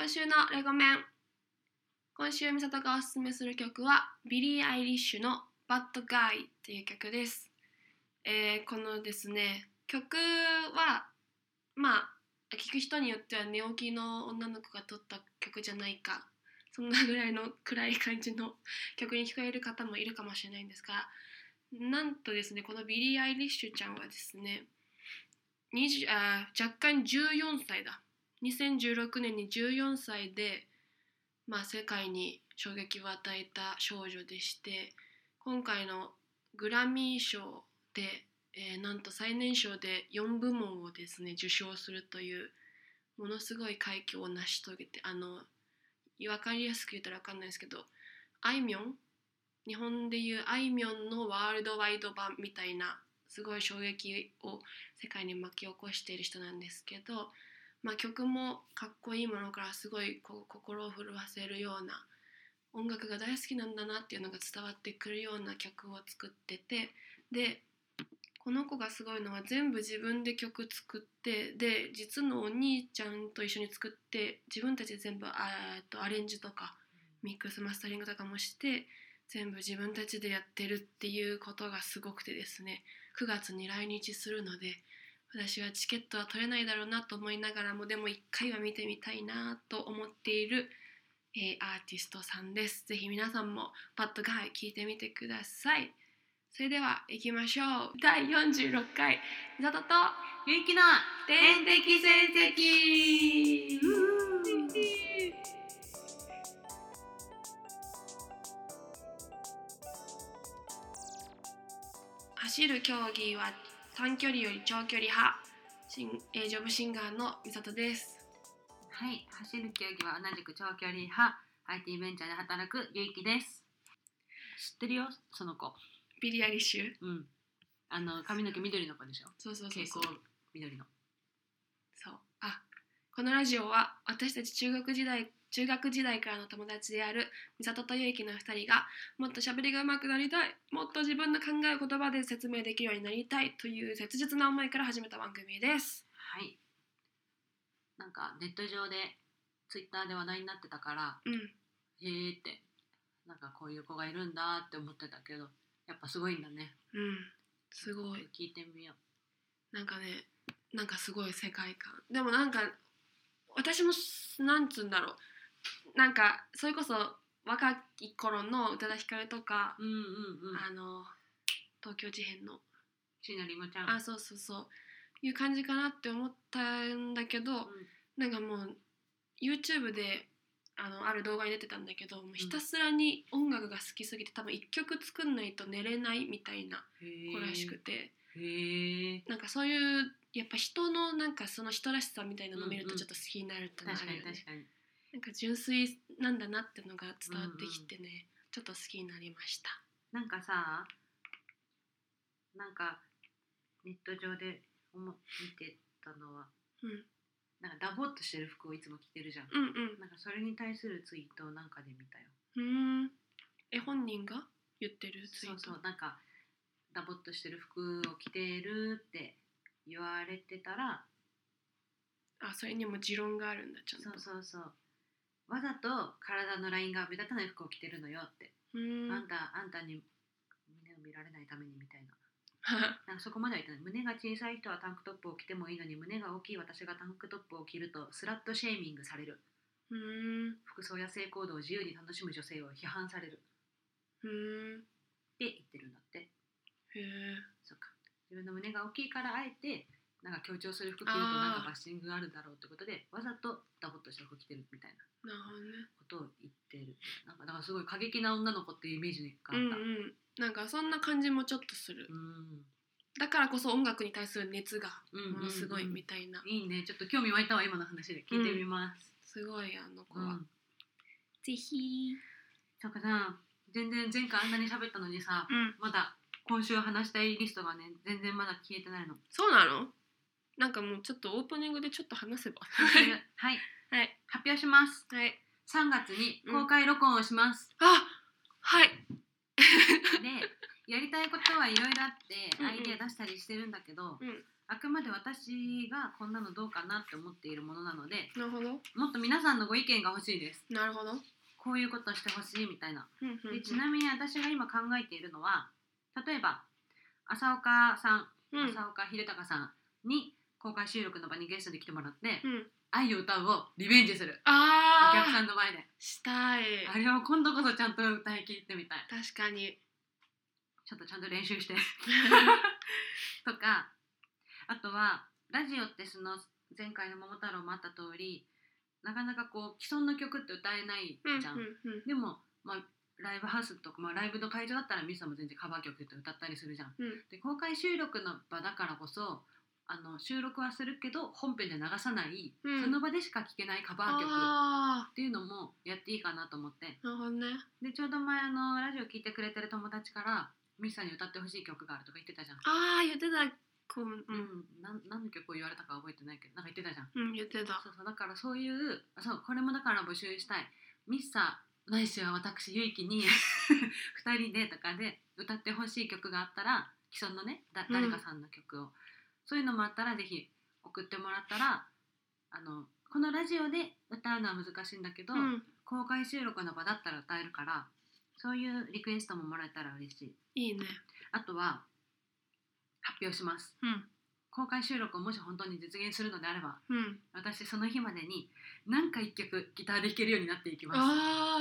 今週のレコメン。今週美里がおすすめする曲はビリー・アイリッシュの Bad Guy っていう曲です。このですね曲は聴く人によっては寝起きの女の子が撮った曲じゃないか、そんなぐらいの暗い感じの曲に聞こえる方もいるかもしれないんですが、なんとですねこのビリー・アイリッシュちゃんはですね若干14歳だ。2016年に14歳で、世界に衝撃を与えた少女でして、今回のグラミー賞で、なんと最年少で4部門をですね受賞するというものすごい快挙を成し遂げて、分かりやすく言ったら分かんないですけど、あいみょん、日本でいうあいみょんのワールドワイド版みたいなすごい衝撃を世界に巻き起こしている人なんですけど、曲もかっこいいものからすごい心を震わせるような、音楽が大好きなんだなっていうのが伝わってくるような曲を作ってて、でこの子がすごいのは全部自分で曲作って、で実のお兄ちゃんと一緒に作って自分たちで全部アレンジとかミックスマスタリングとかもして全部自分たちでやってるっていうことがすごくてですね、9月に来日するので私はチケットは取れないだろうなと思いながらも、でも一回は見てみたいなと思っている、アーティストさんです。ぜひ皆さんもバッドガイ聴いてみてください。それでは行きましょう。第46回美里とゆうきの天敵戦績。走る競技は短距離より長距離派、ジョブシンガーの美里です。 はい、走る競技は同じく長距離派 IT ベンチャーで働くゆうきです。知ってるよその子。 ビリー・アイリッシュ。 髪の毛緑の子でしょ。 そう蛍光緑の。 そう。このラジオは私たち中学時代からの友達である美里とゆうきの2人がもっと喋りが上手くなりたい、もっと自分の考えを言葉で説明できるようになりたいという切実な思いから始めた番組です。 はい。なんかネット上でツイッターで話題になってたから、へーってなんかこういう子がいるんだって思ってたけど、やっぱすごいんだね。 すごい。 聞いてみよう。なんかすごい世界観。でもなんか私もなんつうんだろう、なんかそれこそ若い頃の宇多田ヒカルとか、東京事変の椎名林檎ちゃん、 そういう感じかなって思ったんだけど、なんかもう YouTube である動画に出てたんだけど、もうひたすらに音楽が好きすぎて多分1曲作んないと寝れないみたいな子らしくて、なんかそういうやっぱ人のなんかその人らしさみたいなのを見るとちょっと好きになるってのがあるよね。確かになんか純粋なんだなってのが伝わってきてね、ちょっと好きになりました。 なんかさ、なんかネット上で見てたのは、なんかダボっとしてる服をいつも着てるじゃん。なんかそれに対するツイートをなんかで見たよ。 本人が言ってるツイート。 そうなんかダボっとしてる服を着てるって言われてたら、 それにも持論があるんだ。ちゃんとそうわざと体のラインが目立たない服を着てるのよって、あんたに胸を見られないためにみたいな。なんかそこまでは言ってない。胸が小さい人はタンクトップを着てもいいのに、胸が大きい私がタンクトップを着るとスラットシェーミングされる。服装や性行動を自由に楽しむ女性を批判される。って言ってるんだって。そっか。自分の胸が大きいからあえてなんか強調する服着るとなんかバッシングがあるだろうってことでわざとダボっとした服着てるみたいなことを言ってる。なんかだからすごい過激な女の子っていうイメージがあった。 なんかそんな感じもちょっとする。だからこそ音楽に対する熱がものすごいみたいな。 いいね、ちょっと興味湧いたわ今の話で。聞いてみます。 すごい子は。ぜひ。 なんかさ、全然前回あんなに喋ったのにさ、まだ今週話したいリストがね全然まだ消えてないの。そうなの？ なんかもうちょっとオープニングでちょっと話せば。 はい、発表します。3月に公開録音をします。 はい。 で、やりたいことはいろいろあってアイデア出したりしてるんだけど、 あくまで私がこんなのどうかなって思っているものなので、 なるほど。 もっと皆さんのご意見が欲しいです。 なるほど。 こういうことしてほしいみたいな。 うんうんうんでちなみに私が今考えているのは、例えば浅岡さん、 うん浅岡秀隆さんに公開収録の場にゲストで来てもらってうん。 「愛を歌う」をリベンジする、お客さあんの前で。 したい。 あれを今度こそちゃんと歌い切ってみたい。 確かに。 ちゃんと練習してとか、あとはラジオってその前回の桃太郎もあった通り、なかなかこう既存の曲って歌えないじゃん。でも、ライブハウスとか、ライブの会場だったらミサも全然カバー曲って歌ったりするじゃん。で公開収録の場だからこそ収録はするけど本編で流さない、その場でしか聴けないカバー曲っていうのもやっていいかなと思って。 なるほどね。 でちょうど前ラジオ聴いてくれてる友達からミサに歌ってほしい曲があるとか言ってたじゃん。 言ってた。 何の曲を言われたか覚えてないけどなんか言ってたじゃん。 言ってた。 そうだからそういうこれもだから募集したい。ミサないしは私ゆいきに2人でとかで歌ってほしい曲があったら、既存のね誰かさんの曲を、そういうのもあったらぜひ送ってもらったら、このラジオで歌うのは難しいんだけど、公開収録の場だったら歌えるから、そういうリクエストももらえたら嬉しい。 いいね。 あとは発表します。公開収録をもし本当に実現するのであれば、私その日までに何か1曲ギターで弾けるようになっていきます。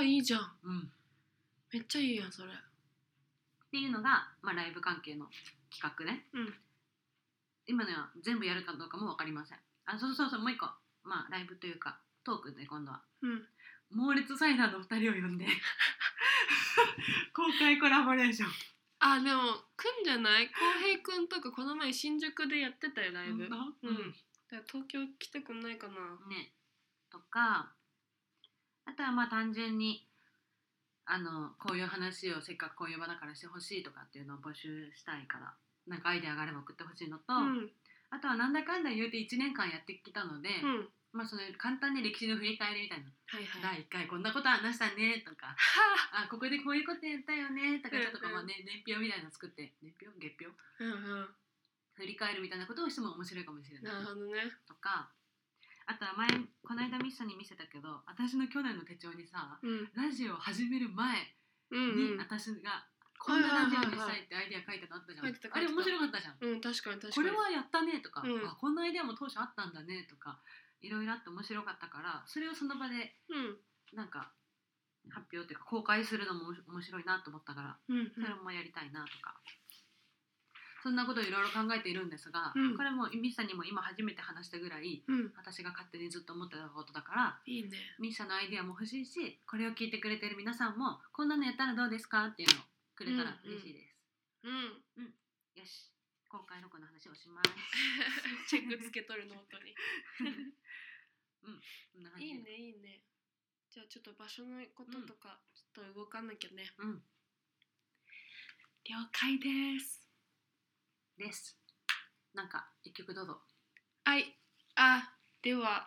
いいじゃん。めっちゃいいやんそれ。 っていうのが、ライブ関係の企画ね。今のは全部やるかどうかも分かりません。そうもう一個、ライブというかトークで今度は、猛烈サイダーの2人を呼んで公開コラボレーション。 でも来んじゃない？浩平くんとかこの前新宿でやってたよライブ。だから東京来てくんないかな。 ね。とか、あとは単純にこういう話をせっかくこういう場だからしてほしいとかっていうのを募集したいから、なんかアイデアがあれば送ってほしいのと、あとはなんだかんだ言うて1年間やってきたので、その簡単に歴史の振り返りみたいな、第1回こんなこと話したねとかここでこういうことやったよねとか、ちょっと年表みたいなの作って、月表振り返るみたいなことをしても面白いかもしれない。 なるほどね。 とか、あとはこの間ミッサに見せたけど、私の去年の手帳にさ、ラジオ始める前に私がこんなラジオにしたいってアイデア書いてあったじゃん。あれ面白かったじゃん。 確かにこれはやったねとか、こんなアイデアも当初あったんだねとか、いろいろあって面白かったから、それをその場でなんか発表っていうか公開するのも面白いなと思ったから、それもやりたいなとか、そんなことをいろいろ考えているんですが、これもミッサにも今初めて話したぐらい、私が勝手にずっと思ってたことだから、 いいね。 ミッサのアイデアも欲しいし、これを聞いてくれてる皆さんもこんなのやったらどうですかっていうのをくれたら嬉しいです。よし、今回のこの話をします。 チェックつけとるノートに。いいねいいね。じゃあちょっと場所のこととかちょっと動かなきゃね。了解です。 なんか一曲どうぞ。 では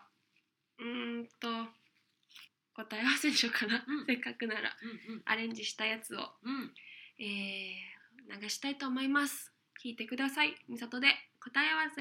答え合わせにしようかな。せっかくならアレンジしたやつを流したいと思います。聞いてください。みさとで答え合わせ。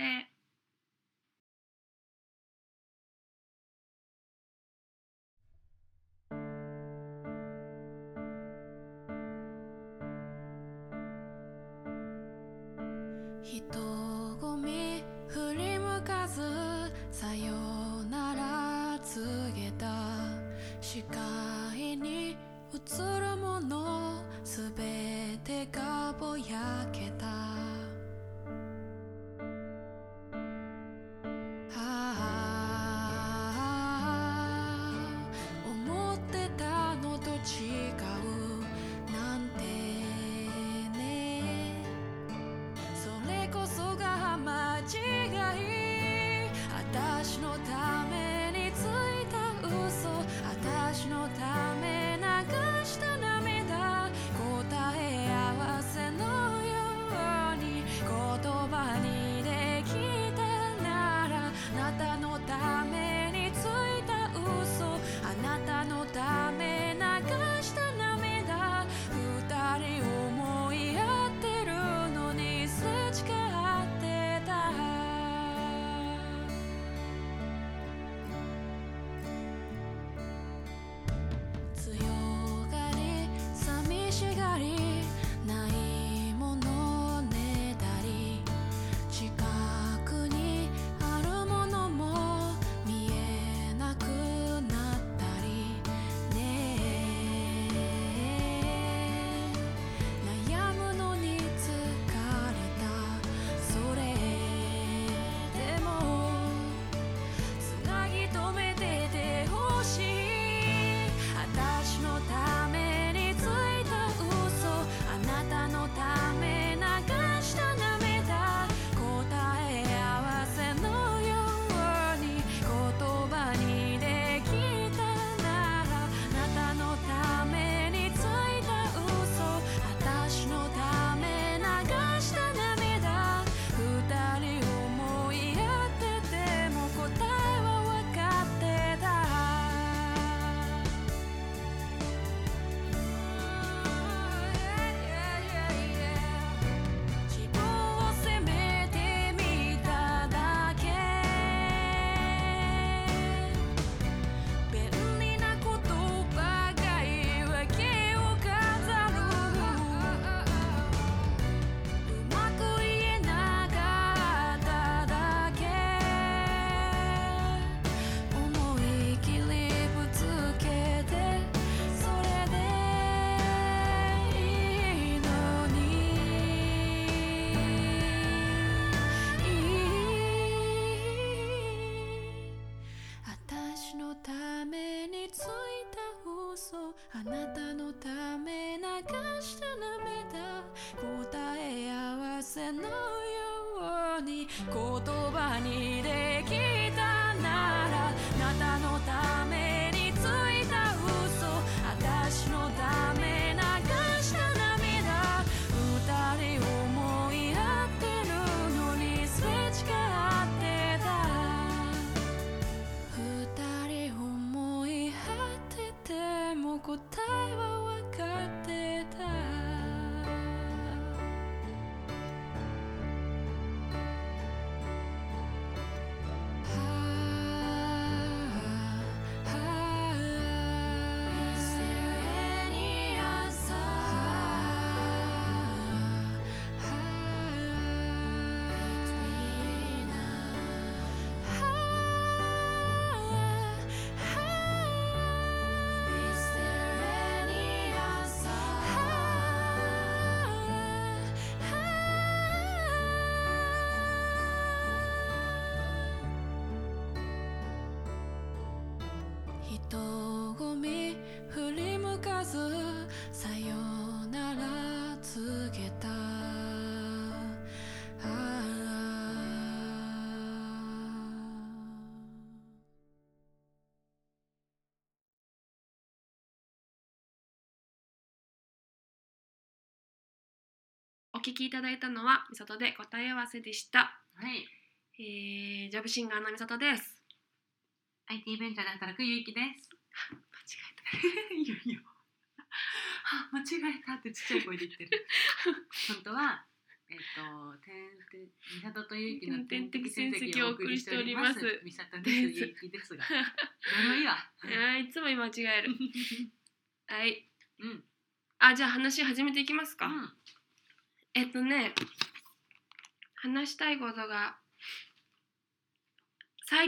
人混み振り向かずさよなら告げた、視界に映るものすべてがぼやけた。思ってたのと違うなんてね、それこそが間違い。私のためについた嘘、私の風のように言葉にできたなら、あなたのためについた嘘、私のため流した涙、二人思い合ってるのにすれ違ってた、二人思い合ってても答えは分かってた。人混み振り向かずさよなら告げた。 お聞きいただいたのはみさとで答え合わせでした。 はい、 ジョブシンガーのみさとです。 IT ベンチャーで働くゆいきです。 間違えた。 いいよいいよ。間違えたってちっちゃい声で言ってる。本当はみさととゆいきの天敵戦績をお送りしておりますみさとです。ゆいきですが、呪いは。 いつも間違える。はい。 うん。 じゃあ話始めていきますか。話したいことが最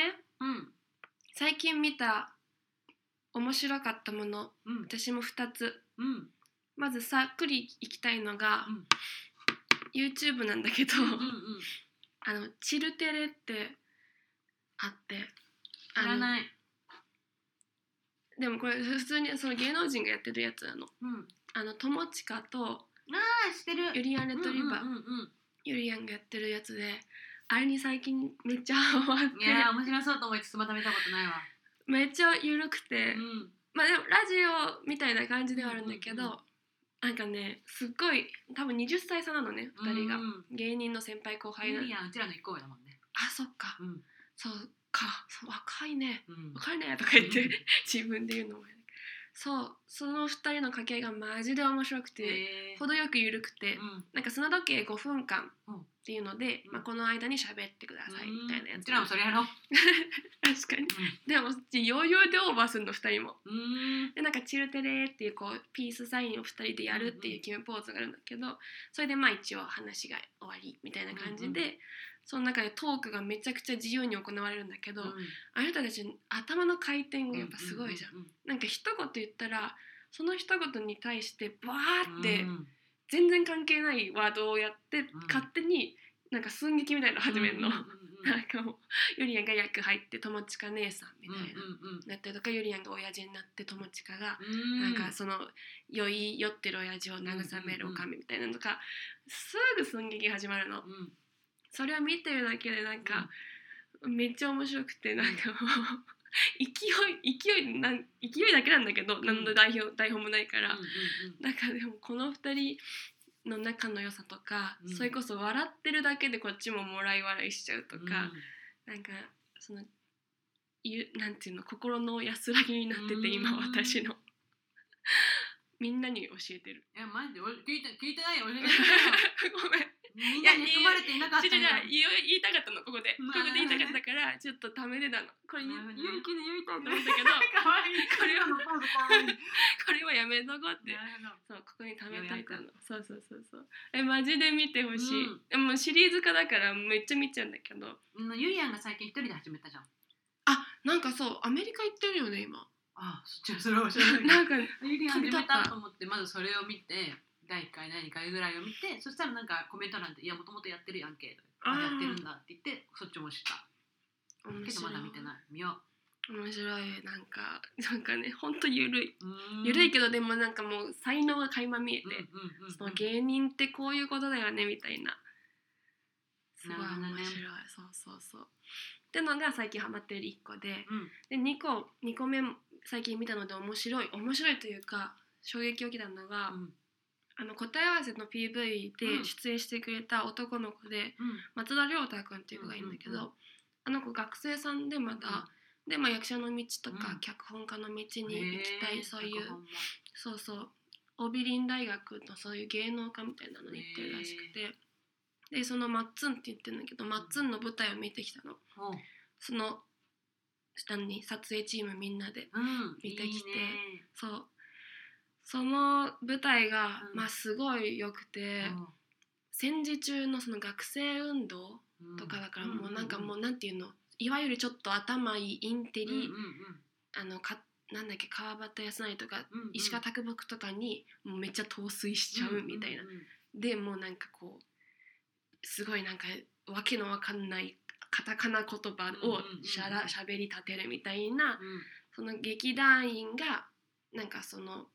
近見た面白かったもの、私も2つ、まずさっくりいきたいのが、YouTube なんだけど、チルテレってあって、 知らない。 でもこれ普通にその芸能人がやってるやつなの。友近と知ってるユリアン・レトリバー、ユリアンがやってるやつで、あれに最近めっちゃハマって。 いや面白そうと思いつつまだ見たことないわ。 めっちゃ緩くて、まあでもラジオみたいな感じではあるんだけど、なんかねすっごい多分20歳差なのね、2人が、芸人の先輩後輩なの。 ユリアンうちらの1個上だもんね。 そっか、そうか、若いね、若いねとか言って自分で言うのもそうその2人の掛け合いがマジで面白くて、程よく緩くて、なんか砂時計5分間っていうので、この間に喋ってくださいみたいなやつ。 うちらもそれやろう。 確かに、でも余裕でオーバーするの2人も。でなんかチルテレっていうピースサインを2人でやるっていう決めポーズがあるんだけど、それで一応話が終わりみたいな感じで、その中でトークがめちゃくちゃ自由に行われるんだけど、あなたたち頭の回転がやっぱすごいじゃん。なんか一言言ったらその一言に対してバーって全然関係ないワードをやって、勝手になんか寸劇みたいなの始めるの。なんかもうユリアンが役入って友近姉さんみたいななったりとか、ユリアンが親父になって友近がなんかその酔ってる親父を慰めるおかみみたいなのとか、すぐ寸劇始まるの。それを見てるだけでなんかめっちゃ面白くて、なんかもう勢いだけなんだけど、何の台本もないから、なんかでもこの2人の仲の良さとか、それこそ笑ってるだけでこっちももらい笑いしちゃうとか、なんかそのなんていうの、心の安らぎになってて、今私のみんなに教えてる。 いやマジで俺聞いてないよ。ごめん。みんなに含まれていなかったんだ。 言いたかったの、ここで言いたかったからちょっとためでたの。これ言いたいと思ったけどかわいい。 これはやめとこうって。そう、ここにためといたの。そうマジで見てほしい。でもシリーズ化だからめっちゃ見ちゃうんだけど、 ユリアンが最近一人で始めたじゃん。 なんかそうアメリカ行ってるよね今。 それは知らない。 なんかユリアン始めたと思って、まずそれを見て第1回第2回ぐらいを見て、そしたらなんかコメント欄で「いやもともとやってるやんけ」やってるんだって言って、そっちも知った。けどまだ見てない。見よう。面白い。なんかね、ほんとゆるいけど、でもなんかもう才能が垣間見えて、その芸人ってこういうことだよねみたいなすごい面白い、そうそうそうってのが最近ハマってる1個で、 うんで2個目最近見たので面白いというか衝撃を受けたのが、答え合わせの PV で出演してくれた男の子で、松田亮太君っていう子がいるんだけど、あの子学生さんでまだ、で役者の道とか脚本家の道に行きたい、そういうそうそうオビリン大学のそういう芸能科みたいなのに行ってるらしくて、でそのマッツンって言ってるんだけど、マッツンの舞台を見てきたの、その下に撮影チームみんなで見てきて、そうその舞台が、すごい良くて、戦時中のその学生運動とかだから、もうなんかもうなんていうの、いわゆるちょっと頭いいインテリ、なんだっけ川端康成とか、石川啄木とかにもうめっちゃ陶酔しちゃうみたいな、でもうなんかこうすごいなんかわけのわかんないカタカナ言葉をしゃべり立てるみたいな、その劇団員がなんかその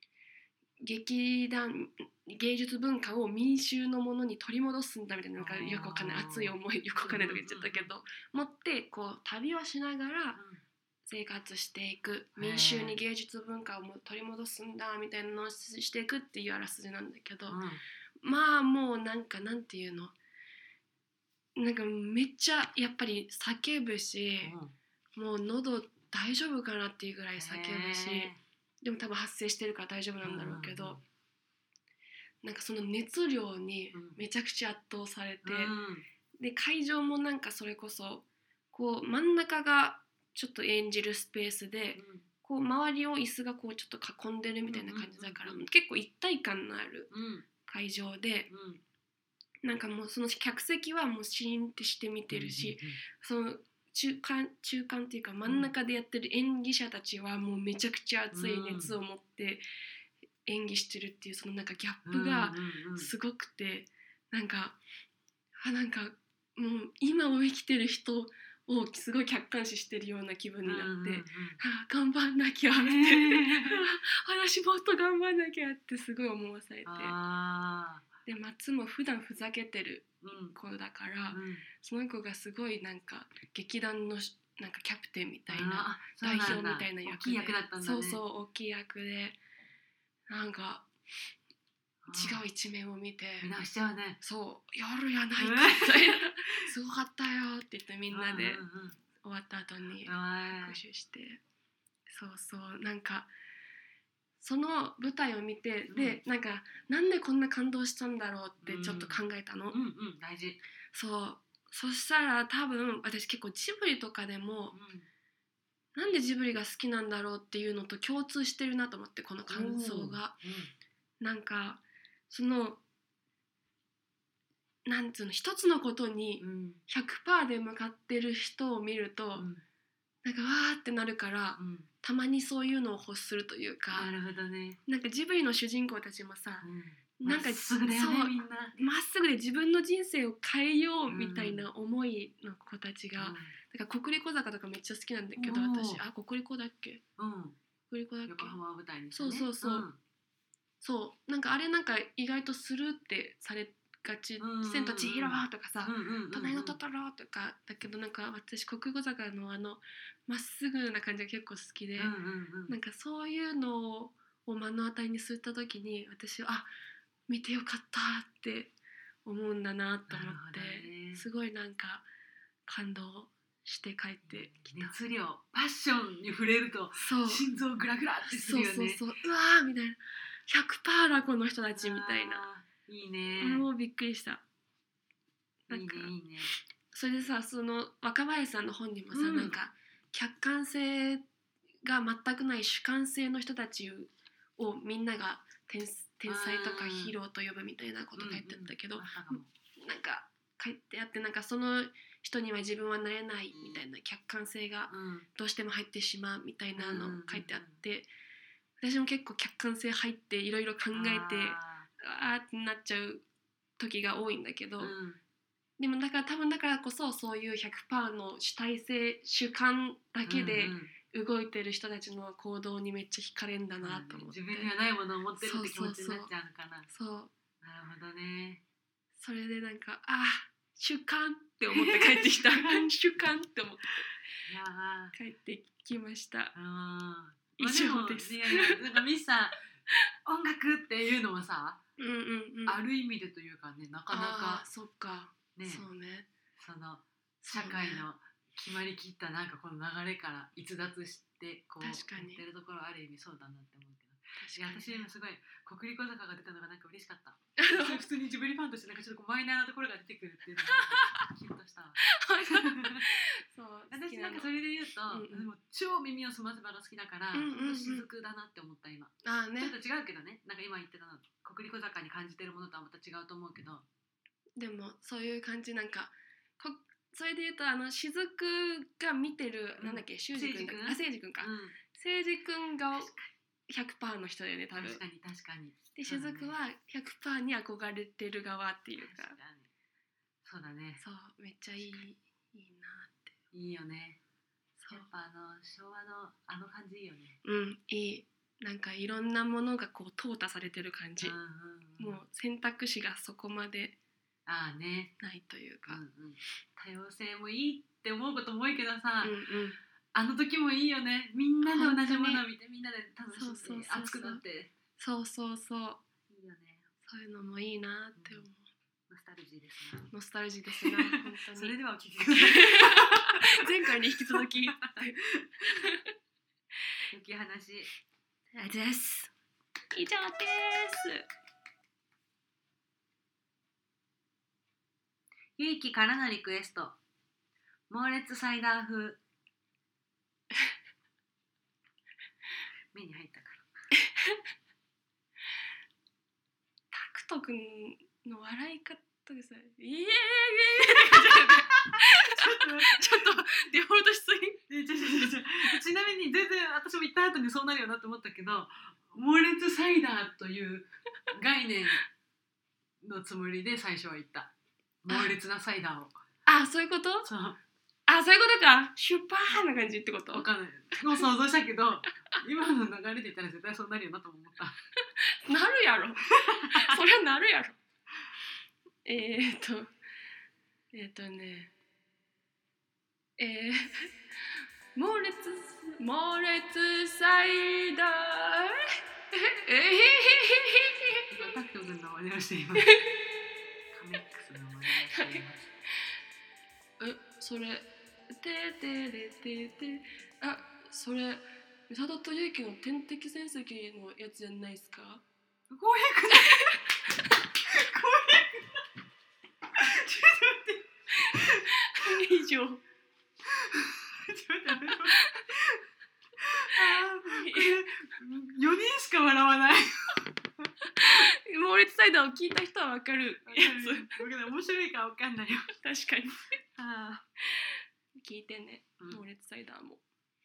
芸術文化を民衆のものに取り戻すんだみたいな、なんかよくわかんない熱い思い、よくわかんないとか言っちゃったけど、持ってこう旅をしながら生活していく、民衆に芸術文化を取り戻すんだみたいなのをしていくっていうあらすじなんだけど、まあもうなんかなんていうの、なんかめっちゃやっぱり叫ぶし、もう喉大丈夫かなっていうぐらい叫ぶし、でも多分発声してるから大丈夫なんだろうけど、なんかその熱量にめちゃくちゃ圧倒されて、で会場もなんかそれこそこう真ん中がちょっと演じるスペースで、こう周りを椅子がこうちょっと囲んでるみたいな感じだから、結構一体感のある会場で、なんかもうその客席はもうシーンってして見てるし、その中間っていうか真ん中でやってる演技者たちはもうめちゃくちゃ熱い熱を持って演技してるっていう、そのなんかギャップがすごくて、なんかもう今を生きてる人をすごい客観視してるような気分になって、頑張んなきゃって私もっと頑張んなきゃってすごい思わされて、で松も普段ふざけてる子だから、その子がすごいなんか劇団のなんかキャプテンみたいな、代表みたいな役で、そうそう大きい役で、なんか違う一面を見て見直しちゃうね。 そうやるやないかみたいなすごかったよって言ってみんなで終わった後に拍手して、そうそうなんかその舞台を見て、でなんかなんでこんな感動したんだろうってちょっと考えたの。 大事。 そしたら多分私結構ジブリとかでも、なんでジブリが好きなんだろうっていうのと共通してるなと思って、この感想が、なんかそのなんつうの、一つのことに 100% で向かってる人を見ると、なんかわーってなるから、たまにそういうのを欲するというか、 なるほどね。 なんかジブリの主人公たちもさ、なんかまっすぐだよね、みんなまっすぐで自分の人生を変えようみたいな思いの子たちが、だから国立小坂とかめっちゃ好きなんだけど、私国立だっけ、国立だっけ、横浜を舞台にしてね、そうなんかあれなんか意外とスルーってされがち、千と千尋とかさ、隣のトトロとかだけど、なんか私国語坂のまっすぐな感じが結構好きで、なんかそういうのを目の当たりにする時に私は見てよかったって思うんだなと思って、すごいなんか感動して帰ってきた。 熱量、パッションに触れると心臓グラグラってするよね。 そううわーみたいな、100% だこの人たちみたいな。 いいね。 もうびっくりした。なんかいいね。それでさ、その若林さんの本にもさ、なんか客観性が全くない主観性の人たちをみんなが天才とかヒーローと呼ぶみたいなこと書いてあったけど、なんか書いてあって、なんかその人には自分はなれないみたいな客観性がどうしても入ってしまうみたいなの書いてあって、私も結構客観性入っていろいろ考えてってなっちゃう時が多いんだけど、でも多分だからこそそういう 100% の主体性主観だけで動いてる人たちの行動にめっちゃ惹かれんだなと思って、 自分にはないものを持ってるって気持ちになっちゃうのかな。 そうなるほどね。 それでなんか主観って思って帰ってきた主観って思っていや帰ってきました。 あ以上です。 いやなんかミスさ音楽っていうのはさ、ある意味でというかね、なかなかそっかね、 そうね、 その社会の決まりきったなんかこの流れから逸脱してこうやってるところある意味そうだなって思うけど、いや私今すごい国立小坂が出たのがなんか嬉しかった普通にジブリファンとしてなんかちょっとマイナーなところが出てくるっていうのがキュンとしたわそう私なんかそれで言うと、でも超耳をすませばが好きだから、雫だなって思った今。ね、ちょっと違うけどね、なんか今言ってたの国立小坂に感じてるものとはまた違うと思うけど、 でもそういう感じなんかそれで言うと雫が見てる、なんだっけ修二君か、誠司君か、誠司君が100% の人だよね多分。 確かにで雫は 100% に憧れてる側っていうか、 そうだね、 そうめっちゃいいなって。いいよね、やっぱ昭和の感じいいよね。 いい、なんかいろんなものがこう淘汰されてる感じ、もう選択肢がそこまでないというか、 多様性もいいって思うことも多いけどさ、あの時もいいよね、みんなで同じものを見てみんなで楽しんで熱くなって、そういいよね、 そういうのもいいなって思う。 ノスタルジーですな。 ノスタルジーですな本当にそれではお聞きください前回に引き続き良き話です。以上です。 ゆいきからのリクエスト、猛烈サイダー風目に入ったからタクト君の笑い方がさ、ちょっとデフォルトしすぎちなみに全然私も言った後にそうなるよなと思ったけど、猛烈サイダーという概念のつもりで最初は言った。猛烈なサイダーを。 そういうこと？ そう。 そういうことか。シュッパーな感じってこと？ わかんない。もう想像したけど、今の流れで言ったら絶対そうなるよなと思った。 なるやろ。そりゃなるやろ。猛烈サイダー。 タクト君の真似をしています。カメックスの真似をしています。 それそれ美里とゆうきの天敵戦績のやつじゃないですか？ 500ちょっと待って以上 4人しか笑わない猛烈サイダーを聞いた人は分かるやつ。 面白いか分かんないよ。 確かに聞いてね、猛烈サイダーも。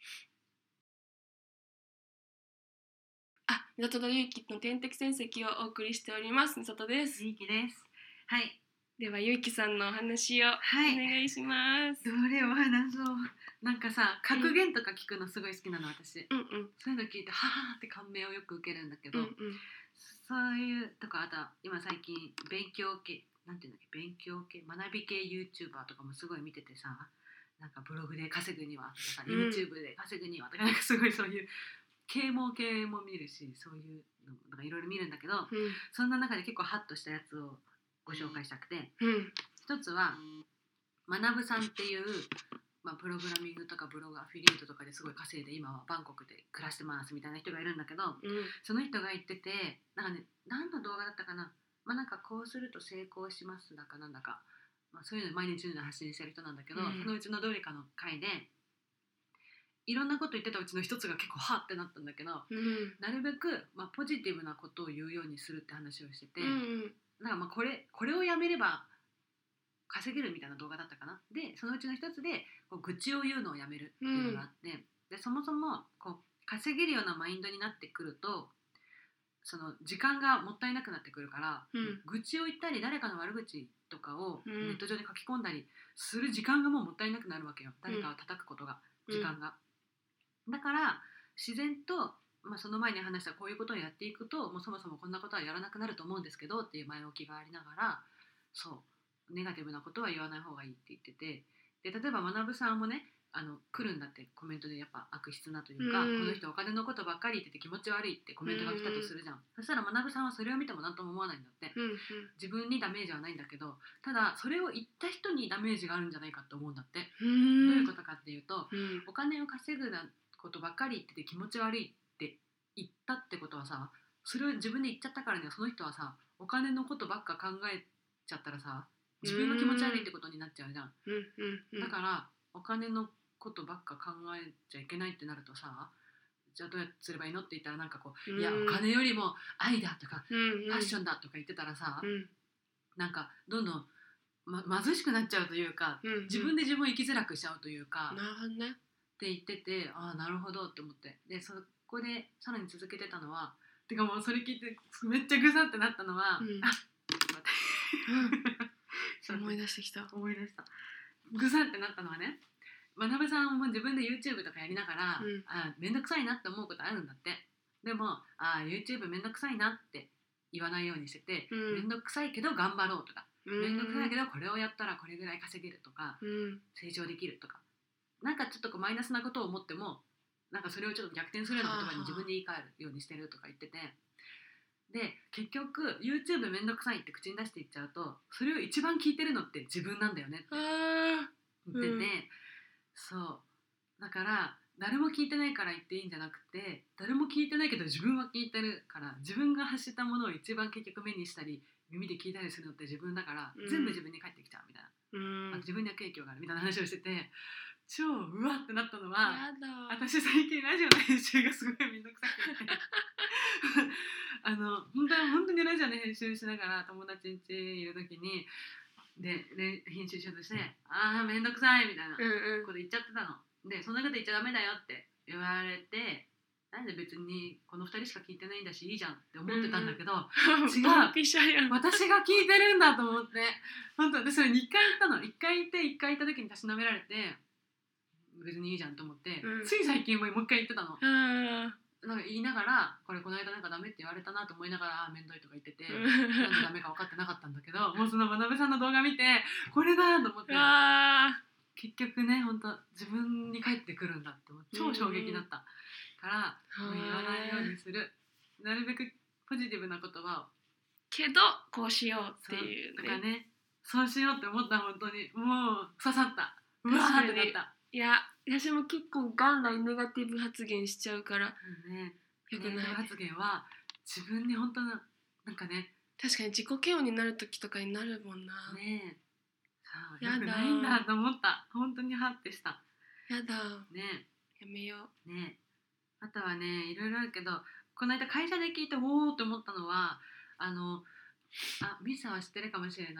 みさととゆうきの天敵戦績をお送りしております。みさとです。 ゆうきです。はい。 ではゆうきさんのお話をお願いします。 どれを話そう。なんかさ、格言とか聞くのすごい好きなの私。そういうの聞いてははって感銘をよく受けるんだけど、そういうとか、あと今最近勉強系、なんていうんだっけ、勉強系、学び系 YouTuber とかもすごい見ててさ、なんかブログで稼ぐにはとかさ、YouTube で稼ぐにはとか、なんかすごいそういう啓蒙系も見るし、そういうのなんかいろいろ見るんだけど、そんな中で結構ハッとしたやつをご紹介したくて、一つは学さんっていう、プログラミングとかブログアフィリエイトとかですごい稼いで今はバンコクで暮らしてますみたいな人がいるんだけど、その人が言ってて、なんかね、何の動画だったかな、なんかこうすると成功しますだかなんだか、そういうの毎日のように発信してる人なんだけど、そのうちのどれかの回でいろんなこと言ってたうちの一つが結構はってなったんだけど、なるべく、ポジティブなことを言うようにするって話をしてて、なんかこれをやめれば稼げるみたいな動画だったかな。でそのうちの一つで愚痴を言うのをやめるっていうのがあって、でそもそも稼げるようなマインドになってくると、その時間がもったいなくなってくるから、愚痴を言ったり誰かの悪口とかをネット上で書き込んだりする時間がもうもったいなくなるわけよ。誰かを叩くことが、時間が、だから自然と、その前に話したこういうことをやっていくと、もうそもそもこんなことはやらなくなると思うんですけどっていう前置きがありながら、そうネガティブなことは言わない方がいいって言ってて、で例えば学さんもね来るんだってコメントでやっぱ悪質なというか、この人お金のことばっかり言ってて気持ち悪いってコメントが来たとするじゃん、そしたら学さんはそれを見ても何とも思わないんだって、自分にダメージはないんだけど、ただそれを言った人にダメージがあるんじゃないかと思うんだって。どういうことかっていうと、お金を稼ぐことばっかり言ってて気持ち悪いって言ったってことはさ、それを自分で言っちゃったからにはその人はさ、お金のことばっか考えちゃったらさ、自分が気持ち悪いってことになっちゃうじゃん。だからお金のことばっか考えちゃいけないってなるとさ、じゃあどうやってすればいいのって言ったらなんかこう、いやお金よりも愛だとか、ファッションだとか言ってたらさ、なんかどんどん、貧しくなっちゃうというか、自分で自分を生きづらくしちゃうというか、 なるほどねって言ってて、ああなるほどって思って、でそこでさらに続けてたのは、てかもうそれ聞いてめっちゃグサってなったのは、あちょっと待って思い出してきた。 思い出した。グサってなったのはね、学さんも自分で YouTube とかやりながら、めんどくさいなって思うことあるんだって。でもYouTube めんどくさいなって言わないようにしてて、めんどくさいけど頑張ろうとか、めんどくさいけどこれをやったらこれぐらい稼げるとか、成長できるとか、なんかちょっとこうマイナスなことを思っても、なんかそれをちょっと逆転するような言葉に自分で言い換えるようにしてるとか言ってて、で結局 YouTube めんどくさいって口に出していっちゃうと、それを一番聞いてるのって自分なんだよねって言ってて、そうだから誰も聞いてないから言っていいんじゃなくて、誰も聞いてないけど自分は聞いてるから、自分が発したものを一番結局目にしたり耳で聞いたりするのって自分だから、全部自分に返ってきちゃうみたいな、自分には影響があるみたいな話をしてて、超うわってなったのは、私最近ラジオの編集がすごいめんどくさくて本当にラジオの編集しながら友達ん家いる時にで編集しようとして、めんどくさいみたいなこと言っちゃってたので、そんなこと言っちゃダメだよって言われて、なんで別にこの2人しか聞いてないんだしいいじゃんって思ってたんだけど、違う、私が聞いてるんだと思って、本当でそれ2回言ったの。1回言って1回言った時にたしなめられて、別にいいじゃんと思って、つい最近もう一回言ってたの。なんか言いながら、この間なんかダメって言われたなと思いながら、めんどいとか言ってて、なんでダメか分かってなかったんだけど、もうその学さんの動画見てこれだと思って、結局ね、本当自分に返ってくるんだって思って、超衝撃だったから、もう言わないようにする。なるべくポジティブな言葉をけどこうしようっていうね、 とかね、そうしようって思った。本当にもう刺さった。うわーってなった。 いや私も結構元来ネガティブ発言しちゃうから、 よくない。ネガティブ発言は自分に本当なんかね、 確かに自己嫌悪になる時とかになるもんな。 ねえ、よくないんだと思った。本当にハッてした。 やだね、 やめようね。あとはね、いろいろあるけど、この間会社で聞いておーって思ったのは、ミサは知ってるかもしれない。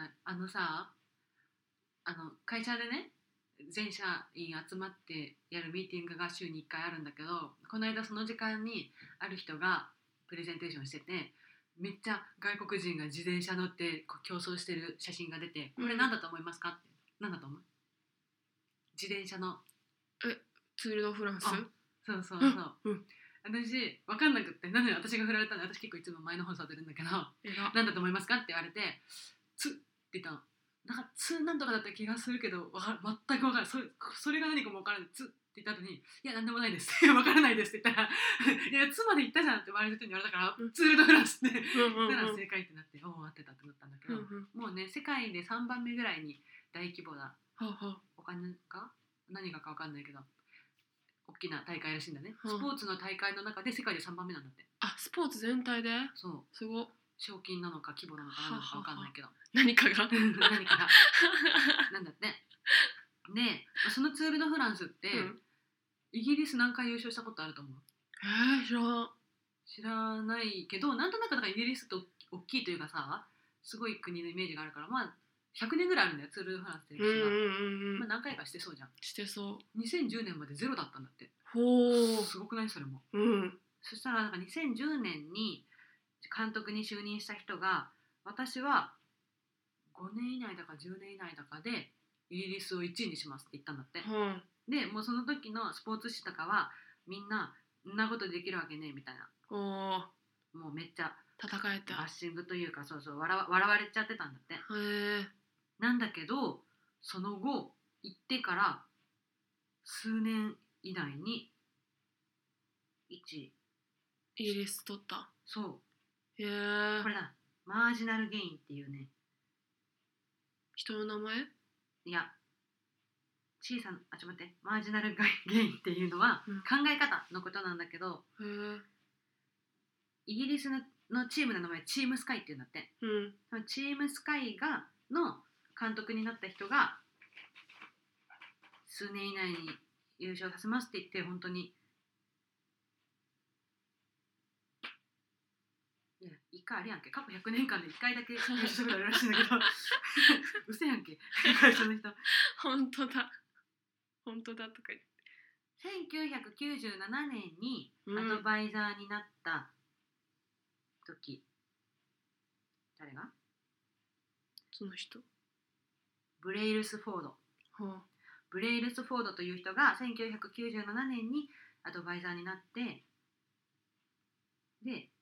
会社でね、全社員集まってやるミーティングが週に1回あるんだけど、この間その時間にある人がプレゼンテーションしてて、めっちゃ外国人が自転車乗って競争してる写真が出て、これ何だと思いますかって。何だと思う？自転車のツール・ド・フランス。 そう、私分かんなくって、なんで私が振られたの。私結構いつも前の方座ってるんだけど、何だと思いますかって言われて、ツって言ったの。なんかツなんとかだった気がするけど、全く分からない。それが何かも分からない。ツって言った後に、いや何でもないです分からないですって言ったら、いやツまで言ったじゃんって周りの人に言われたから、ツール・ド・フランスって言ったら正解ってなって、おお合ってたってなったんだけど、もうね、世界で3番目ぐらいに大規模なお金か何か分かんないけど大きな大会らしいんだね。スポーツの大会の中で世界で3番目なんだって。 スポーツ全体で。 そう、 すご。 賞金なのか規模なのか何なのか分かんないけど、 何かがなんだって。でそのツール・ド・フランスって、イギリス何回優勝したことあると思う？知らないけど、なんとなくだからイギリスって大きいというかさ、すごい国のイメージがあるから、100年ぐらいあるんだよ、ツール・ド・フランスって歴史が。何回かしてそうじゃん。 してそう。 2010年までゼロだったんだって。すごくない？それも。そしたらなんか2010年に監督に就任した人が、私は5年以内だか10年以内だかでイギリスを1位にしますって言ったんだって。でもうその時のスポーツ紙とかはみんなそんなことできるわけねえみたいな、もうめっちゃ戦えたバッシングというか、そう笑われちゃってたんだって。 なんだけどその後行ってから数年以内に1位。 イギリス取った。 そうへえ。 これだ、マージナルゲインっていうね、 人の名前？ いや小さなちょっと待って、マージナルゲインっていうのは考え方のことなんだけど、 へえ。 イギリスのチームの名前チームスカイっていうんだって、 うん、 チームスカイの監督になった人が数年以内に優勝させますって言って、本当にいや1回あれやんけ、過去100年間で1回だけ優勝したことあるらしいんだけどうせやんけ会社の人。 本当だ本当だとか言って。 1997年にアドバイザーになった時、誰が？ その人。 ブレイルスフォード。ブレイルスフォードという人が1997年にアドバイザーになって、で、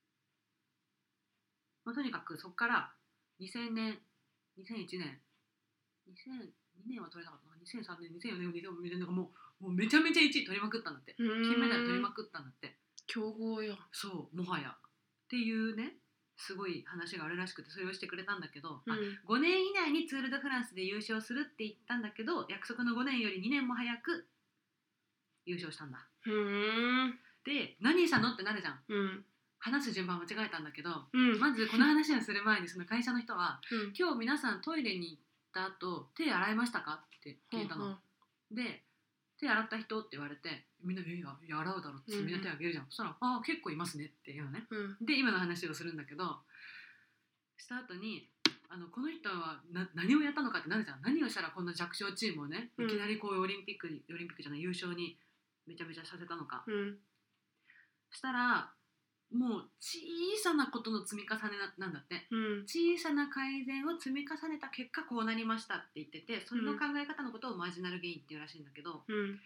とにかくそこから2000年、2001年、2002年は取れなかったな、2003年、2004年、2005年とかもうめちゃめちゃ1位取りまくったんだって。金メダル取りまくったんだって。 強豪よ。 そう、もはやっていうね、すごい話があるらしくて、それをしてくれたんだけど、5年以内にツール・ド・フランスで優勝するって言ったんだけど、約束の5年より2年も早く優勝したんだ。で、何したのってなるじゃん。話す順番間違えたんだけど、まずこの話をする前にその会社の人は、今日皆さんトイレに行った後手洗いましたかって聞いたの。で、手洗った人って言われて、みんな洗うだろってみんな手挙げるじゃん。そしたら結構いますねっていうのね。で今の話をするんだけど、した後にこの人は何をやったのかってなるじゃん。何をしたらこんな弱小チームをね、いきなりこういうオリンピックじゃない優勝にめちゃめちゃさせたのか。したらもう小さなことの積み重ねなんだって、小さな改善を積み重ねた結果こうなりましたって言ってて、それの考え方のことをマージナルゲインっていうらしいんだけど、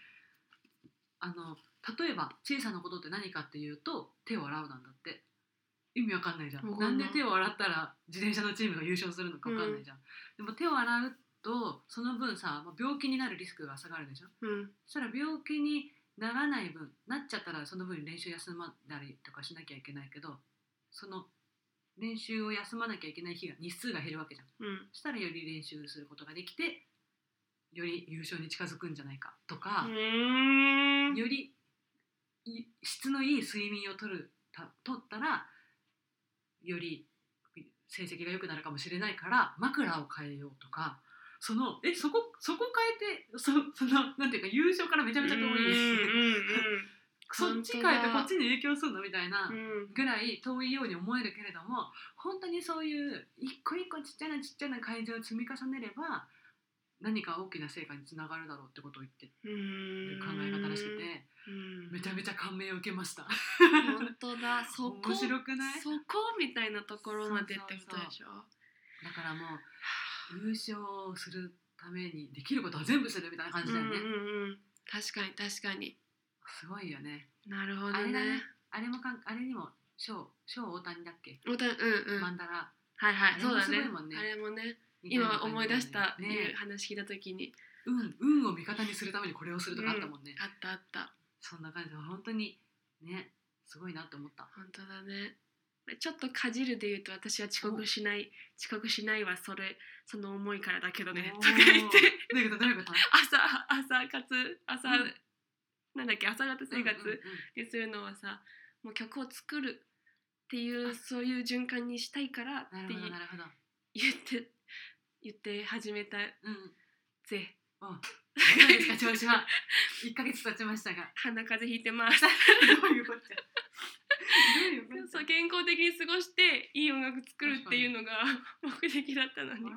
例えば小さなことって何かっていうと手を洗うなんだって。意味わかんないじゃん。なんで手を洗ったら自転車のチームが優勝するのかわかんないじゃん。でも手を洗うとその分さ、病気になるリスクが下がるでしょ。そしたら病気にならない分、なっちゃったらその分練習休まったりとかしなきゃいけないけど、その練習を休まなきゃいけない日数が減るわけじゃん。そしたらより練習することができて、より優勝に近づくんじゃないかとか、より質のいい睡眠をとったらより成績が良くなるかもしれないから枕を変えようとか、そこ変えてそのなんていうか優勝からめちゃめちゃ遠いそっち変えてこっちに影響するのみたいなぐらい遠いように思えるけれども、本当にそういう一個一個ちっちゃな改善を積み重ねれば何か大きな成果につながるだろうってことを言ってる考え方らしくて、めちゃめちゃ感銘を受けました。 本当だ、そこ面白くない？ そこみたいなところまでってことでしょ。 だからもう優勝するためにできることは全部するみたいな感じだよね。 確かにすごいよね。 なるほどね。 あれにも小大谷だっけ？マンダラ。 そうだね。あれもね、今思い出したっていう話聞いた時に、 運を味方にするためにこれをするとかあったもんね。 あった。そんな感じで本当にね、すごいなって思った。 本当だね。ちょっとかじるで言うと、私は遅刻しないはその思いからだけどねとか言って、 どういうこと朝なんだっけ、朝方生活でするのはさ、もう曲を作るっていうそういう循環にしたいからって言って始めたぜ。 どうですか調子は。1ヶ月経ちましたが鼻風邪ひいてます。 どういうこと？ そう健康的に過ごしていい音楽作るっていうのが目的だったのに、悲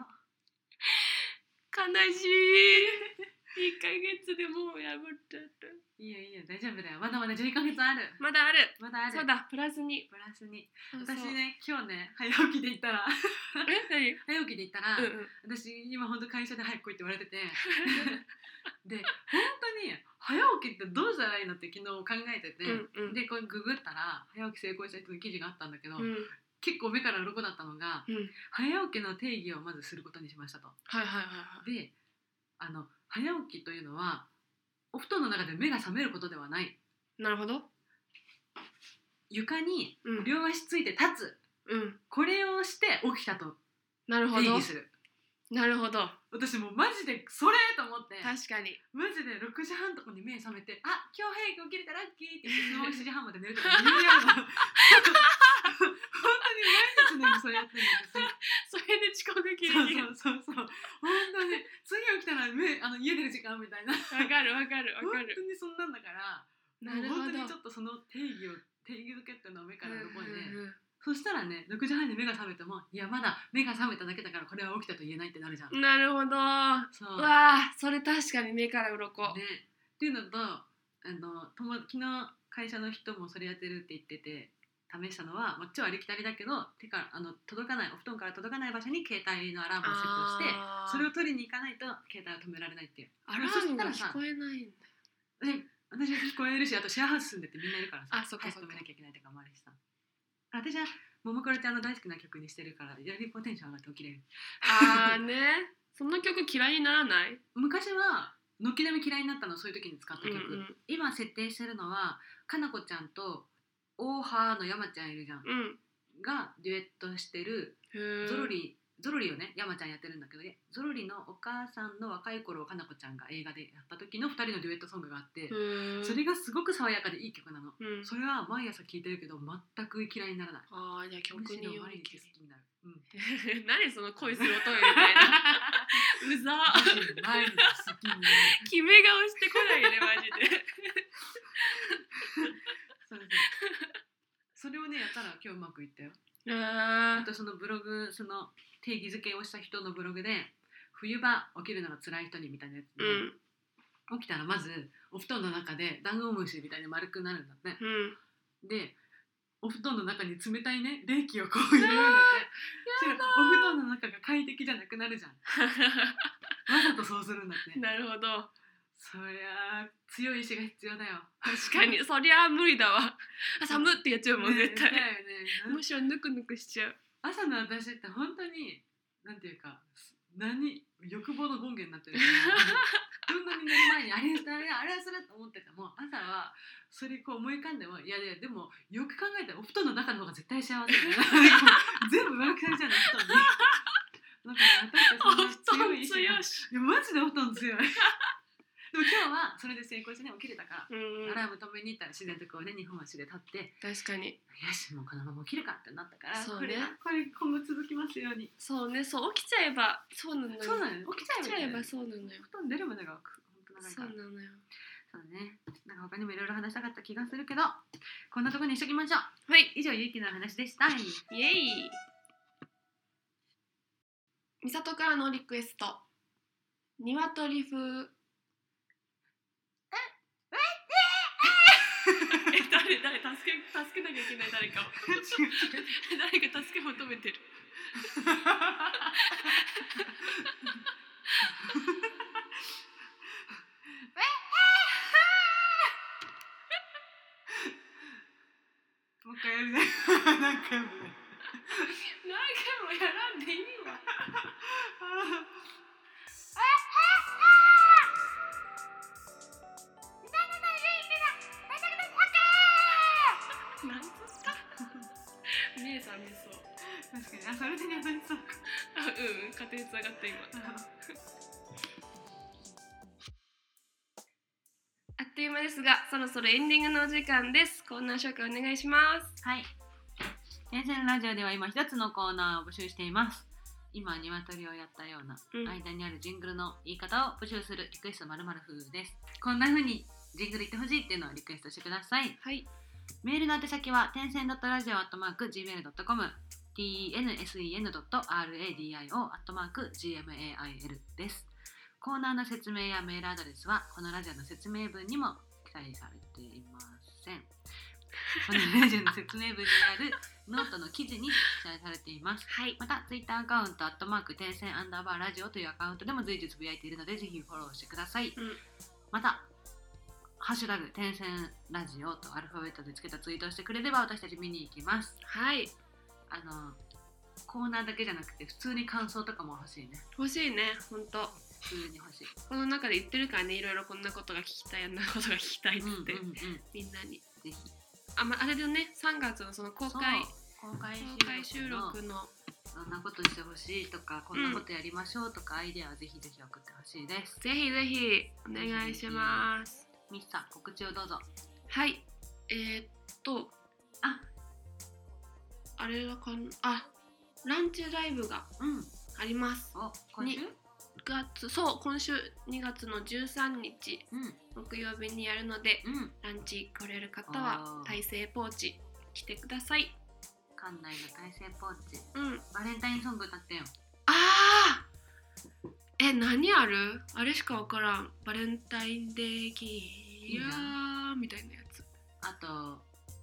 しい。1ヶ月でもう破っちゃった。 いや大丈夫だよ。まだまだ12ヶ月ある。 まだある。そうだ、プラスに。 私ね、今日ね、早起きで行ったら早起きで行ったら、私今本当会社で早く来いって言われててで、本当に早起きってどうしたらいいのって昨日考えてて、でこれググったら早起き成功した人の記事があったんだけど、 結構目から鱗だったのが、早起きの定義をまずすることにしましたと。で、早起きというのはお布団の中で目が覚めることではない。 なるほど。 床に両足ついて立つ、これをして起きたと定義する。 なるほど。 私もうマジでそれと思って、 確かにマジで6時半とかに目覚めて、あ、今日早く起きれたラッキーって言ってそのまま7時半まで寝るとか言うような本当に毎日のようにそれやってるんですよ。 それで遅刻気味にそう本当に次起きたら家出る時間みたいな。わかる本当にそんなんだから、本当にちょっとその定義づけっていうのを目から残りで、そしたらね、6時半に目が覚めても、いやまだ目が覚めただけだからこれは起きたと言えないってなるじゃん。 なるほど。うわー、それ確かに目から鱗ね。っていうのと、昨日会社の人もそれやってるって言ってて試したのは、超ありきたりだけど、届かない、お布団から届かない場所に携帯のアラームをセットして、それを取りに行かないと携帯を止められないっていう。 アラームが聞こえないんだよ。 私は聞こえるし、あとシェアハウス住んでてみんないるからさ、 そっか止めなきゃいけないとかもあるしさ。私はももクロちゃんの大好きな曲にしてるから、よりポテンション上がって起きれる。 ね。そんな曲嫌いにならない？ 昔は軒並み嫌いになったの、そういう時に使った曲。今設定してるのはかなこちゃんとオーハーの山ちゃんいるじゃん、がデュエットしてるゾロリをね、山ちゃんやってるんだけど、ゾロリのお母さんの若い頃をかなこちゃんが映画でやった時の2人のデュエットソングがあって、それがすごく爽やかでいい曲なの、それは毎朝聴いてるけど全く嫌いにならない。 じゃあ曲により好きになる。 何その恋する乙女みたいなうざ毎日好きになる。 決め顔してこないね、マジでそれをねやったら今日うまくいったよ。あとそのブログ、その定義づけをした人のブログで、冬場起きるのが辛い人にみたいなやつで、起きたらまずお布団の中でダンゴムシみたいに丸くなるんだって、でお布団の中に冷たいね冷気をこう入れるんだって。お布団の中が快適じゃなくなるじゃんわざとそうするんだって。 なるほど。 そりゃ強い意志が必要だよ。 確かにそりゃ無理だわ。寒ってやっちゃうもん、絶対。むしろぬくぬくしちゃう。 朝の私って本当になんていうか、欲望の権限になってるどんなに寝る前にあれはすると思ってても、朝はそれこう思い浮かんでも、いやでもよく考えたらお布団の中の方が絶対幸せみたいな全部上書きされちゃうの、布団に。だから私ってそんな強い意志が、いやマジでお布団強いでも今日はそれで成功してね、起きれたから、アラーム止めに行ったら自然とこうね、2本足で立って、 確かによしもうこのまま起きるかってなったから、 そうね、 これ今後続きますように。 そうね、そう起きちゃえばそうなのよ。 そうなのよ、起きちゃえばそうなのよ。 布団出るまでが本当長いから。 そうなのよ。 そうね、なんか他にもいろいろ話したかった気がするけど、こんなところにしときましょう。 はい、 以上ゆうきの話でした。イエイ。みさとからのリクエスト、鶏風誰助けなきゃいけない、誰かを誰か助け求めてるもう一回やるね何回もやらんでいいわなんですかみえさん見そう。 確かに、それでに当たりそうか勝手につながった今あっという間ですが、そろそろエンディングのお時間です。コーナー紹介お願いします。 はい、天線ラジオでは今一つのコーナーを募集しています。今鶏をやったような、間にあるジングルの言い方を募集するリクエスト〇〇風です。こんな風にジングル言ってほしいっていうのをリクエストしてください。 はい、 メールの宛先は天線.radio@gmail.com tnsen.radio@gmail です。コーナーの説明やメールアドレスはこのラジオの説明文にも記載されていません。このラジオの説明文にあるノートの記事に記載されています。 はい、 またツイッターアカウント天線_ラジオというアカウントでも随時つぶやいているのでぜひフォローしてください。またハッシュタグ天線ラジオとアルファベットでつけたツイートをしてくれれば私たち見に行きます。 はい、 コーナーだけじゃなくて普通に感想とかも欲しいね。 欲しいね、ほんと。 普通に欲しい。 この中で言ってるからね、いろいろこんなことが聞きたい、あんなことが聞きたいっつって、みんなに。 ぜひ。 あれでね、3月のその公開収録のどんなことしてほしいとか、こんなことやりましょうとか、アイデアはぜひぜひ送ってほしいです。 ぜひぜひお願いします。 ミスさん、告知をどうぞ。 はい。あれだかん、ランチライブがあります。 今週？ 今週2月の13日、木曜日にやるので、ランチ来れる方は大成ポーチ来てください。 館内の大成ポーチ。バレンタインソング歌ってよ。 何ある？あれしかわからん。バレンタインデーキーヤーみたいなやつ。 あと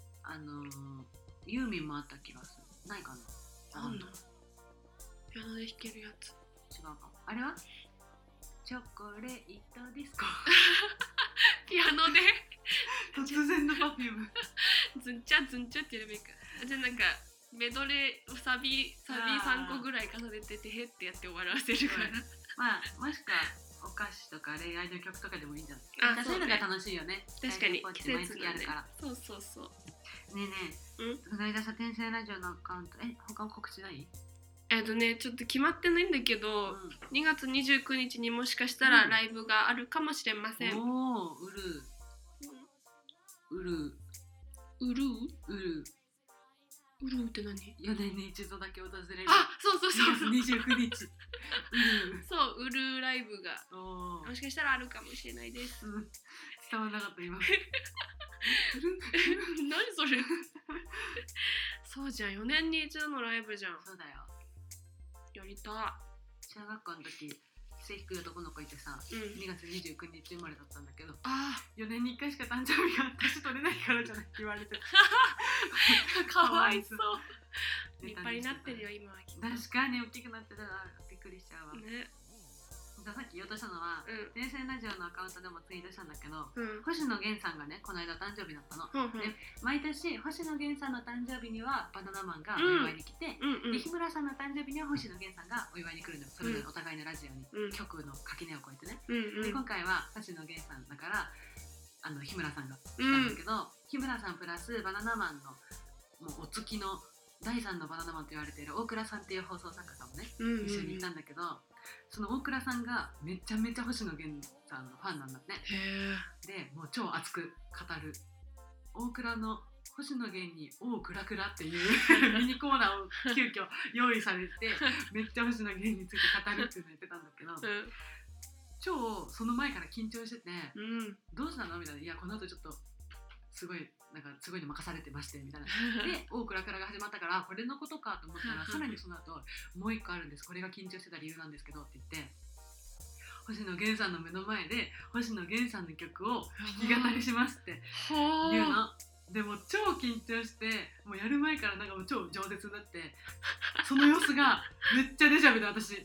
ユーミンもあった気がする。ないかな。 なんだ。ピアノで弾けるやつ。 違うかも。あれは？チョコレートディスコ。 ピアノで突然のパフューム。 ズンチャズンチャってやればいいか。じゃあなんかメドレーサビ3個ぐらい重ねててへってやって終わらせるから。 もしくはお菓子とか恋愛の曲とかでもいいんじゃない？そういうのが楽しいよね。 確かに季節があるから。 そう。 ねえねえ、この間さ、天才ラジオのアカウント、他告知ない？ ちょっと決まってないんだけど、2月29日にもしかしたらライブがあるかもしれません。ウルーって何 ？4年に一度だけ訪れる。 そう 2月29日そう、ウルーライブがもしかしたらあるかもしれないです。 伝わらなかった今。何それそうじゃん、4年に一度のライブじゃん。 そうだよ。 やりたい。 小学校の時背低い男の子いてさ、2月29日生まれだったんだけど、4年に1回しか誕生日が年取れないからじゃないって言われてかわいそう。立派になってるよ今は。 確かに大きくなってたらびっくりしちゃうわね。さっき言おうとしたのは、天才ラジオのアカウントでもツイートしたんだけど、星野源さんがね、この間誕生日だったの。で、毎年星野源さんの誕生日にはバナナマンがお祝いに来て、で日村さんの誕生日には星野源さんがお祝いに来るのよ。それぞれお互いのラジオに、曲の垣根を越えてね。で今回は星野源さんだから日村さんが来たんだけど、日村さんプラスバナナマンのもうお月の第3のバナナマンと言われている大倉さんっていう放送作家さんもね、一緒に行ったんだけど、その大倉さんがめちゃめちゃ星野源さんのファンなんだって。でもう超熱く語る大倉の星野源に「おうクラクラ」っていうミニコーナーを急遽用意されてめっちゃ星野源について語るっていうのやってたんだけど、超その前から緊張してて「どうしたの?」みたいな「いやこの後ちょっとすごいの任されてまして」みたいなで「おうクラクラ」が始まったからこれのことかと思ったらさらにその後もう一個あるんです、これが緊張してた理由なんですけどって言って、星野源さんの目の前で星野源さんの曲を弾き語りしますって言うの。でも超緊張してもうやる前からなんかもう超饒舌になって、その様子がめっちゃデジャブで私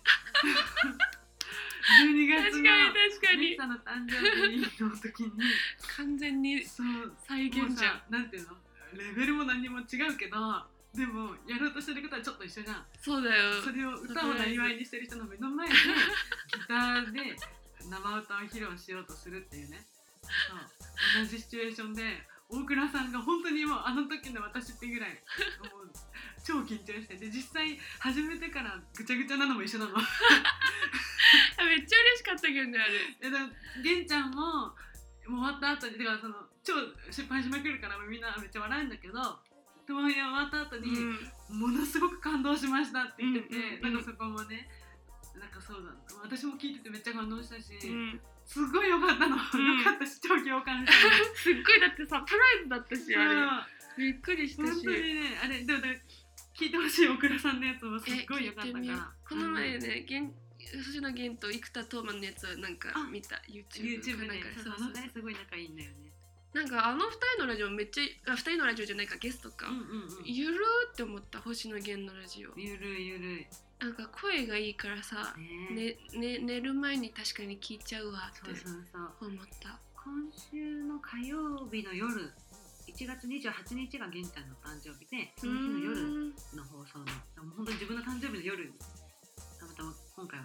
12月のミサの誕生日の時に完全に再現じゃん。 なんていうの、レベルも何にも違うけどでもやろうとしてることはちょっと一緒じゃん。 そうだよ。 それを歌をなりわいにしてる人の目の前でギターで生歌を披露しようとするっていうね。そう同じシチュエーションで大倉さんが本当にもうあの時の私ってぐらいもう超緊張してで、実際始めてからぐちゃぐちゃなのも一緒なのめっちゃ嬉しかったけどね、あれ。 源ちゃんも終わった後にだからその超失敗しまくるからみんなめっちゃ笑うんだけど、終わった後に、ものすごく感動しましたって言ってて、なんかそこもね、なんかそうだ、私も聞いててめっちゃ感動したし、すごい良かったの、良かったし超共感したすっごいだってサプライズだったし、あれびっくりしたし、 本当にね、あれでも聞いてほしい大倉さんのやつもすっごい良かったから。 この前ね、星野源と生田斗真のやつはなんか見た YouTube ね。そう、すごい仲いいんだよね。 なんか2人のラジオめっちゃ2人のラジオじゃないかゲストか、ゆるーって思った。星野源のラジオゆるいなんか声がいいからさ、寝る前に確かに聞いちゃうわって思った。 今週の火曜日の夜 1月28日が玄ちゃんの誕生日で、その日の夜の放送の本当に自分の誕生日の夜にたまたま今回は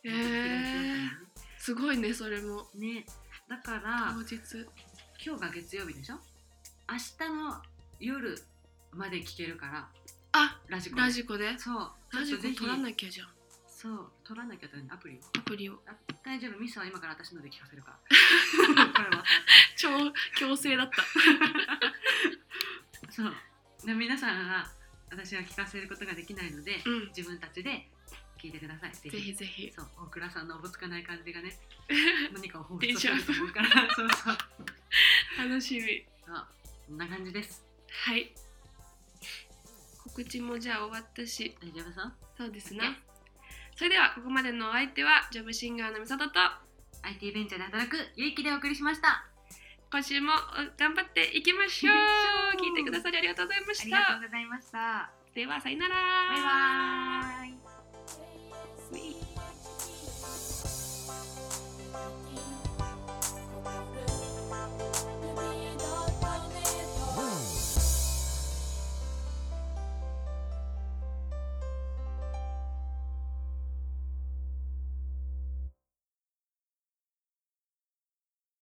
すごいね、それもね。だから当日、 今日が月曜日でしょ。明日の夜まで聞けるから、ラジコでそう、 ラジコ撮らなきゃじゃん。 そう、撮らなきゃとね、アプリを大丈夫、ミスは今から私ので聞かせるからこれは超強制だったそうで、皆さんは私は聞かせることができないので、自分たちで聞いてください。ぜひぜひ。そう、大倉さんのおぼつかない感じがね何かを彷彿とすると思うからそうそう楽しみ。 そうこんな感じです。 はい、告知もじゃあ終わったし大丈夫そう？ そうですね。それではここまでのお相手はジョブシンガーのみさとと IT ベンチャーで働くゆいきでお送りしました。 今週も頑張っていきましょう聞いてくださりありがとうございました。 ありがとうございました。 ではさよなら。 バイバーイ。